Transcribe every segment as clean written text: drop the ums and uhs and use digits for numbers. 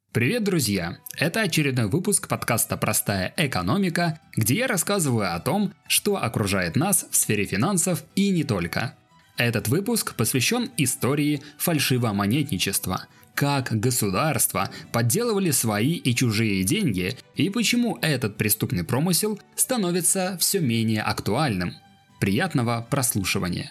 Привет, друзья! Это очередной выпуск подкаста «Простая экономика», где я рассказываю о том, что окружает нас в сфере финансов и не только. Этот выпуск посвящен истории фальшивомонетничества, как государства подделывали свои и чужие деньги и почему этот преступный промысел становится все менее актуальным. Приятного прослушивания!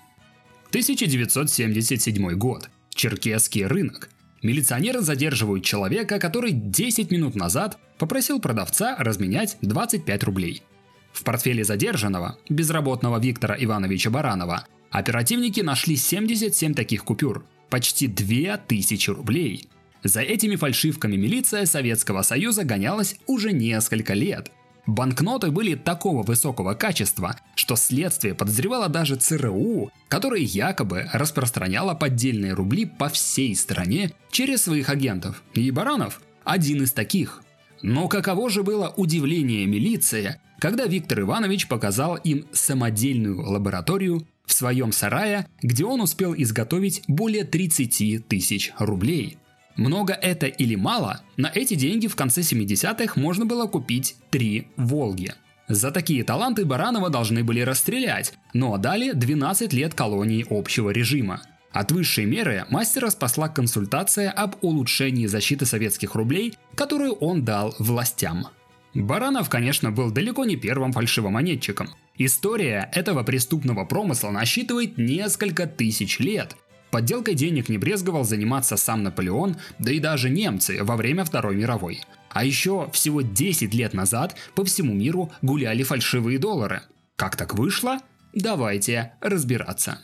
1977 год. Черкесский рынок. Милиционеры задерживают человека, который 10 минут назад попросил продавца разменять 25 рублей. В портфеле задержанного, безработного Виктора Ивановича Баранова, оперативники нашли 77 таких купюр, почти 2000 рублей. За этими фальшивками милиция Советского Союза гонялась уже несколько лет. Банкноты были такого высокого качества, что следствие подозревало даже ЦРУ, которое якобы распространяло поддельные рубли по всей стране через своих агентов. И Баранов – один из таких. Но каково же было удивление милиции, когда Виктор Иванович показал им самодельную лабораторию в своем сарае, где он успел изготовить более 30 тысяч рублей. Много это или мало, на эти деньги в конце 70-х можно было купить 3 «Волги». За такие таланты Баранова должны были расстрелять, но дали 12 лет колонии общего режима. От высшей меры мастера спасла консультация об улучшении защиты советских рублей, которую он дал властям. Баранов, конечно, был далеко не первым фальшивомонетчиком. История этого преступного промысла насчитывает несколько тысяч лет. Подделкой денег не брезговал заниматься сам Наполеон, да и даже немцы во время Второй мировой. А еще всего 10 лет назад по всему миру гуляли фальшивые доллары. Как так вышло? Давайте разбираться.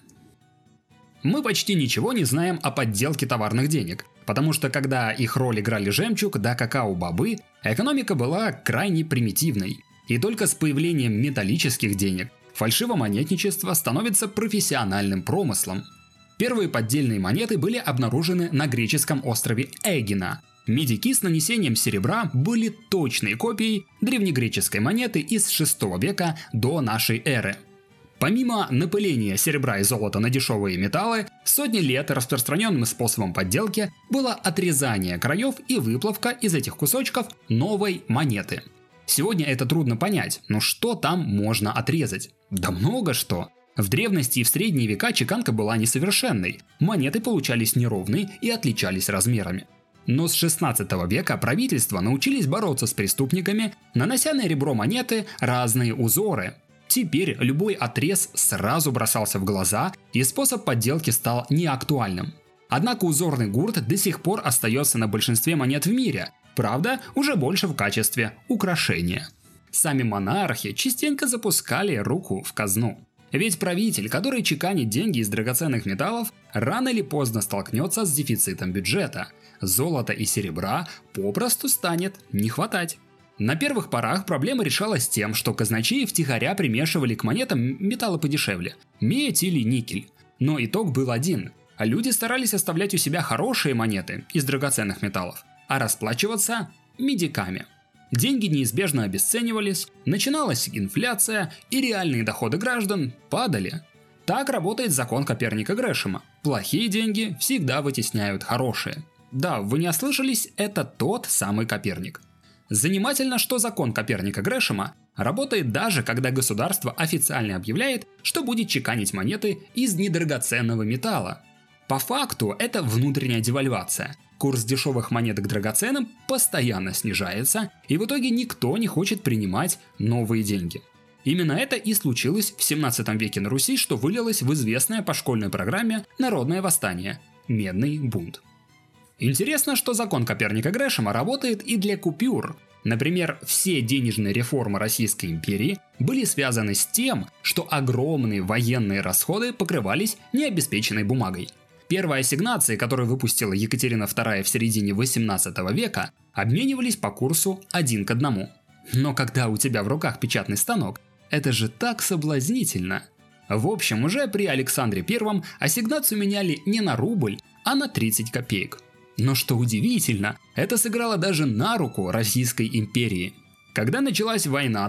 Мы почти ничего не знаем о подделке товарных денег, потому что когда их роль играли жемчуг да какао-бобы, экономика была крайне примитивной. И только с появлением металлических денег фальшивомонетничество становится профессиональным промыслом. Первые поддельные монеты были обнаружены на греческом острове Эгина. Медики с нанесением серебра были точной копией древнегреческой монеты из VI века до нашей эры. Помимо напыления серебра и золота на дешевые металлы, сотни лет распространенным способом подделки было отрезание краев и выплавка из этих кусочков новой монеты. Сегодня это трудно понять, но что там можно отрезать? Да много что! В древности и в средние века чеканка была несовершенной, монеты получались неровные и отличались размерами. Но с 16 века правительства научились бороться с преступниками, нанося на ребро монеты разные узоры. Теперь любой отрез сразу бросался в глаза, и способ подделки стал неактуальным. Однако узорный гурт до сих пор остается на большинстве монет в мире, правда, уже больше в качестве украшения. Сами монархи частенько запускали руку в казну. Ведь правитель, который чеканит деньги из драгоценных металлов, рано или поздно столкнется с дефицитом бюджета. Золота и серебра попросту станет не хватать. На первых порах проблема решалась тем, что казначеи втихаря примешивали к монетам металлы подешевле – медь или никель. Но итог был один – люди старались оставлять у себя хорошие монеты из драгоценных металлов, а расплачиваться медиками. Деньги неизбежно обесценивались, начиналась инфляция, и реальные доходы граждан падали. Так работает закон Коперника-Грэшема. Плохие деньги всегда вытесняют хорошие. Да, вы не ослышались, это тот самый Коперник. Занимательно, что закон Коперника-Грэшема работает даже когда государство официально объявляет, что будет чеканить монеты из недрагоценного металла. По факту это внутренняя девальвация. Курс дешевых монет к драгоценным постоянно снижается, и в итоге никто не хочет принимать новые деньги. Именно это и случилось в 17 веке на Руси, что вылилось в известное по школьной программе «Народное восстание» – Медный бунт. Интересно, что закон Коперника-Грэшема работает и для купюр. Например, все денежные реформы Российской империи были связаны с тем, что огромные военные расходы покрывались необеспеченной бумагой. Первые ассигнации, которые выпустила Екатерина II в середине 18 века, обменивались по курсу 1 к 1. Но когда у тебя в руках печатный станок, это же так соблазнительно. В общем, уже при Александре I ассигнацию меняли не на рубль, а на 30 копеек. Но что удивительно, это сыграло даже на руку Российской империи. Когда началась война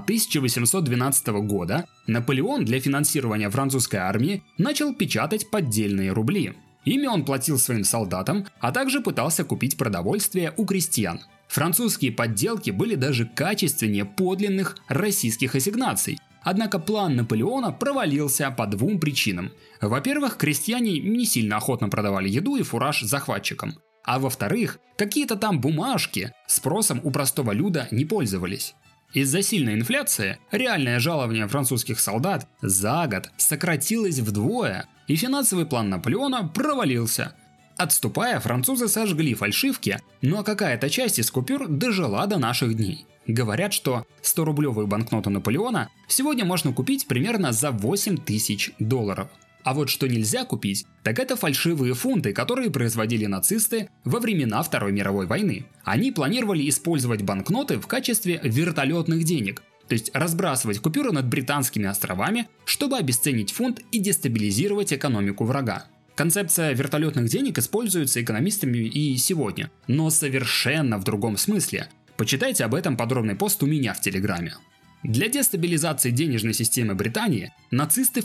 1812 года, Наполеон для финансирования французской армии начал печатать поддельные рубли. Ими он платил своим солдатам, а также пытался купить продовольствие у крестьян. Французские подделки были даже качественнее подлинных российских ассигнаций. Однако план Наполеона провалился по двум причинам. Во-первых, крестьяне не сильно охотно продавали еду и фураж захватчикам. А во-вторых, какие-то там бумажки спросом у простого люда не пользовались. Из-за сильной инфляции реальное жалование французских солдат за год сократилось вдвое, и финансовый план Наполеона провалился. Отступая, французы сожгли фальшивки, но какая-то часть из купюр дожила до наших дней. Говорят, что 100-рублевую банкноту Наполеона сегодня можно купить примерно за $8000. А вот что нельзя купить, так это фальшивые фунты, которые производили нацисты во времена Второй мировой войны. Они планировали использовать банкноты в качестве вертолетных денег, то есть разбрасывать купюры над британскими островами, чтобы обесценить фунт и дестабилизировать экономику врага. Концепция вертолетных денег используется экономистами и сегодня, но совершенно в другом смысле. Почитайте об этом подробный пост у меня в Телеграме. Для дестабилизации денежной системы Британии нацисты в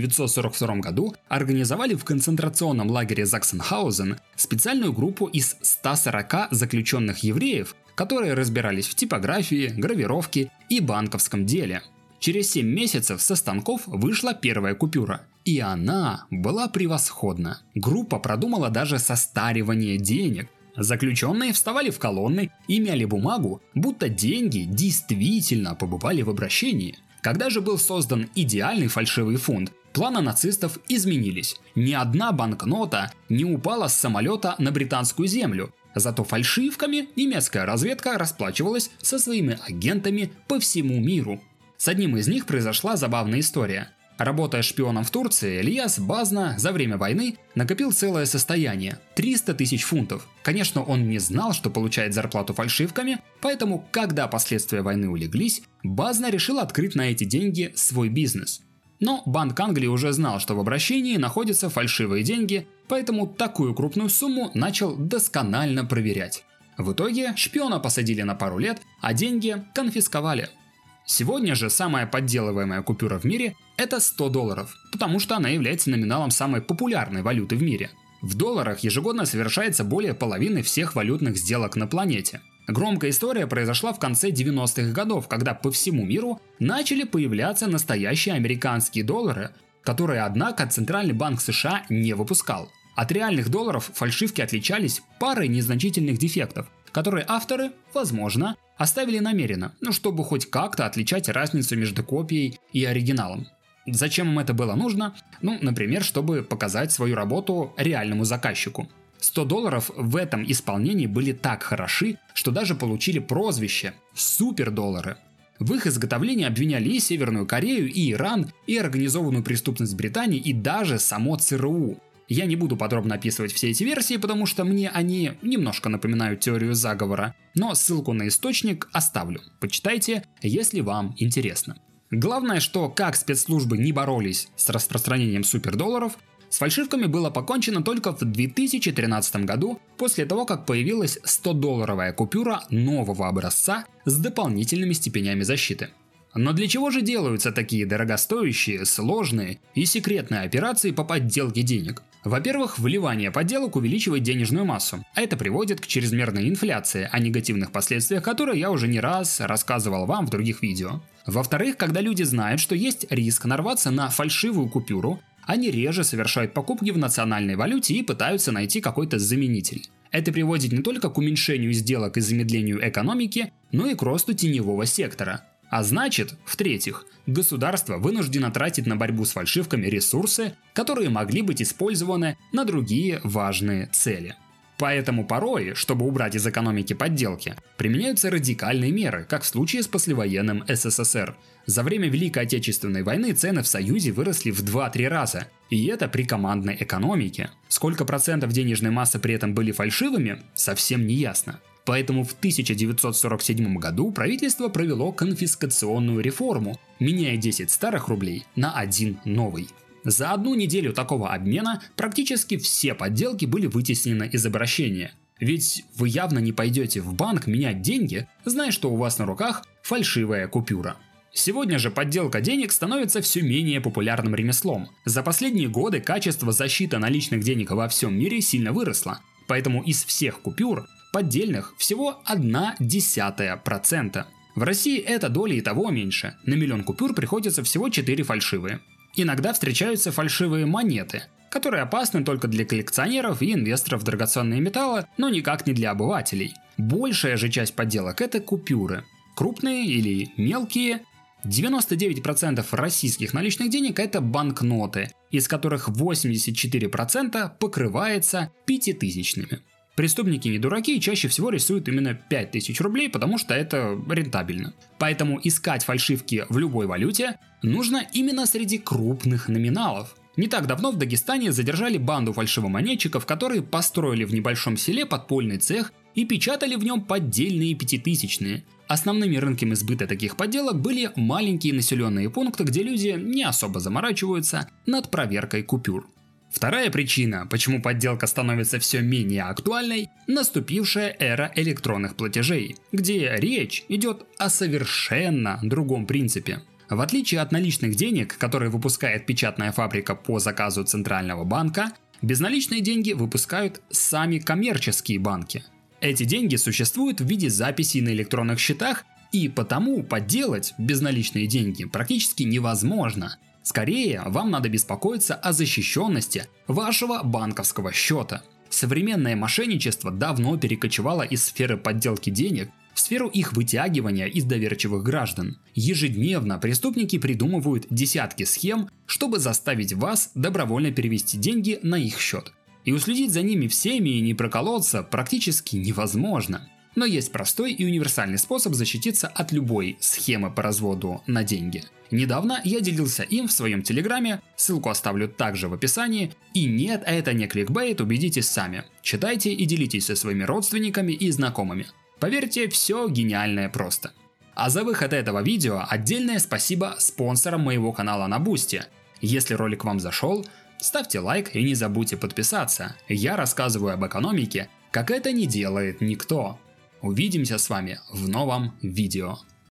1942 году организовали в концентрационном лагере Заксенхаузен специальную группу из 140 заключенных евреев, которые разбирались в типографии, гравировке и банковском деле. Через 7 месяцев со станков вышла первая купюра. И она была превосходна. Группа продумала даже состаривание денег. Заключенные вставали в колонны и мяли бумагу, будто деньги действительно побывали в обращении. Когда же был создан идеальный фальшивый фунт, планы нацистов изменились. Ни одна банкнота не упала с самолета на британскую землю. Зато фальшивками немецкая разведка расплачивалась со своими агентами по всему миру. С одним из них произошла забавная история. Работая шпионом в Турции, Ильяс Базна за время войны накопил целое состояние – 300 000 фунтов. Конечно, он не знал, что получает зарплату фальшивками, поэтому, когда последствия войны улеглись, Базна решил открыть на эти деньги свой бизнес. Но Банк Англии уже знал, что в обращении находятся фальшивые деньги, поэтому такую крупную сумму начал досконально проверять. В итоге шпиона посадили на пару лет, а деньги конфисковали. Сегодня же самая подделываемая купюра в мире – это $100, потому что она является номиналом самой популярной валюты в мире. В долларах ежегодно совершается более половины всех валютных сделок на планете. Громкая история произошла в конце 90-х годов, когда по всему миру начали появляться настоящие американские доллары, которые, однако, Центральный банк США не выпускал. От реальных долларов фальшивки отличались парой незначительных дефектов, которые авторы, возможно, оставили намеренно, чтобы хоть как-то отличать разницу между копией и оригиналом. Зачем им это было нужно? Например, чтобы показать свою работу реальному заказчику. $100 в этом исполнении были так хороши, что даже получили прозвище «супердоллары». В их изготовлении обвиняли и Северную Корею, и Иран, и организованную преступность Британии, и даже само ЦРУ. Я не буду подробно описывать все эти версии, потому что мне они немножко напоминают теорию заговора, но ссылку на источник оставлю. Почитайте, если вам интересно. Главное, что как спецслужбы не боролись с распространением супердолларов, с фальшивками было покончено только в 2013 году, после того, как появилась 100-долларовая купюра нового образца с дополнительными степенями защиты. Но для чего же делаются такие дорогостоящие, сложные и секретные операции по подделке денег? Во-первых, вливание подделок увеличивает денежную массу, а это приводит к чрезмерной инфляции, о негативных последствиях которой я уже не раз рассказывал вам в других видео. Во-вторых, когда люди знают, что есть риск нарваться на фальшивую купюру, они реже совершают покупки в национальной валюте и пытаются найти какой-то заменитель. Это приводит не только к уменьшению сделок и замедлению экономики, но и к росту теневого сектора. А значит, в-третьих, государство вынуждено тратить на борьбу с фальшивками ресурсы, которые могли быть использованы на другие важные цели. Поэтому порой, чтобы убрать из экономики подделки, применяются радикальные меры, как в случае с послевоенным СССР. За время Великой Отечественной войны цены в Союзе выросли в 2-3 раза, и это при командной экономике. Сколько процентов денежной массы при этом были фальшивыми, совсем не ясно. Поэтому в 1947 году правительство провело конфискационную реформу, меняя 10 старых рублей на 1 новый. За одну неделю такого обмена практически все подделки были вытеснены из обращения. Ведь вы явно не пойдете в банк менять деньги, зная, что у вас на руках фальшивая купюра. Сегодня же подделка денег становится все менее популярным ремеслом. За последние годы качество защиты наличных денег во всем мире сильно выросло, поэтому из всех купюр поддельных всего 0,1%. В России эта доля и того меньше, на миллион купюр приходится всего 4 фальшивые. Иногда встречаются фальшивые монеты, которые опасны только для коллекционеров и инвесторов в драгоценные металлы, но никак не для обывателей. Большая же часть подделок – это купюры. Крупные или мелкие. 99% российских наличных денег – это банкноты, из которых 84% покрывается пятитысячными. Преступники не дураки и чаще всего рисуют именно 5000 рублей, потому что это рентабельно. Поэтому искать фальшивки в любой валюте нужно именно среди крупных номиналов. Не так давно в Дагестане задержали банду фальшивомонетчиков, которые построили в небольшом селе подпольный цех и печатали в нем поддельные пятитысячные. Основными рынками сбыта таких подделок были маленькие населенные пункты, где люди не особо заморачиваются над проверкой купюр. Вторая причина, почему подделка становится все менее актуальной – наступившая эра электронных платежей, где речь идет о совершенно другом принципе. В отличие от наличных денег, которые выпускает печатная фабрика по заказу Центрального банка, безналичные деньги выпускают сами коммерческие банки. Эти деньги существуют в виде записей на электронных счетах, и потому подделать безналичные деньги практически невозможно. Скорее, вам надо беспокоиться о защищенности вашего банковского счета. Современное мошенничество давно перекочевало из сферы подделки денег в сферу их вытягивания из доверчивых граждан. Ежедневно преступники придумывают десятки схем, чтобы заставить вас добровольно перевести деньги на их счет. И уследить за ними всеми и не проколоться практически невозможно. Но есть простой и универсальный способ защититься от любой схемы по разводу на деньги. Недавно я делился им в своем телеграме, ссылку оставлю также в описании. И нет, это не кликбейт, убедитесь сами. Читайте и делитесь со своими родственниками и знакомыми. Поверьте, все гениальное просто. А за выход этого видео отдельное спасибо спонсорам моего канала на Бусти. Если ролик вам зашел, ставьте лайк и не забудьте подписаться. Я рассказываю об экономике, как это не делает никто. Увидимся с вами в новом видео.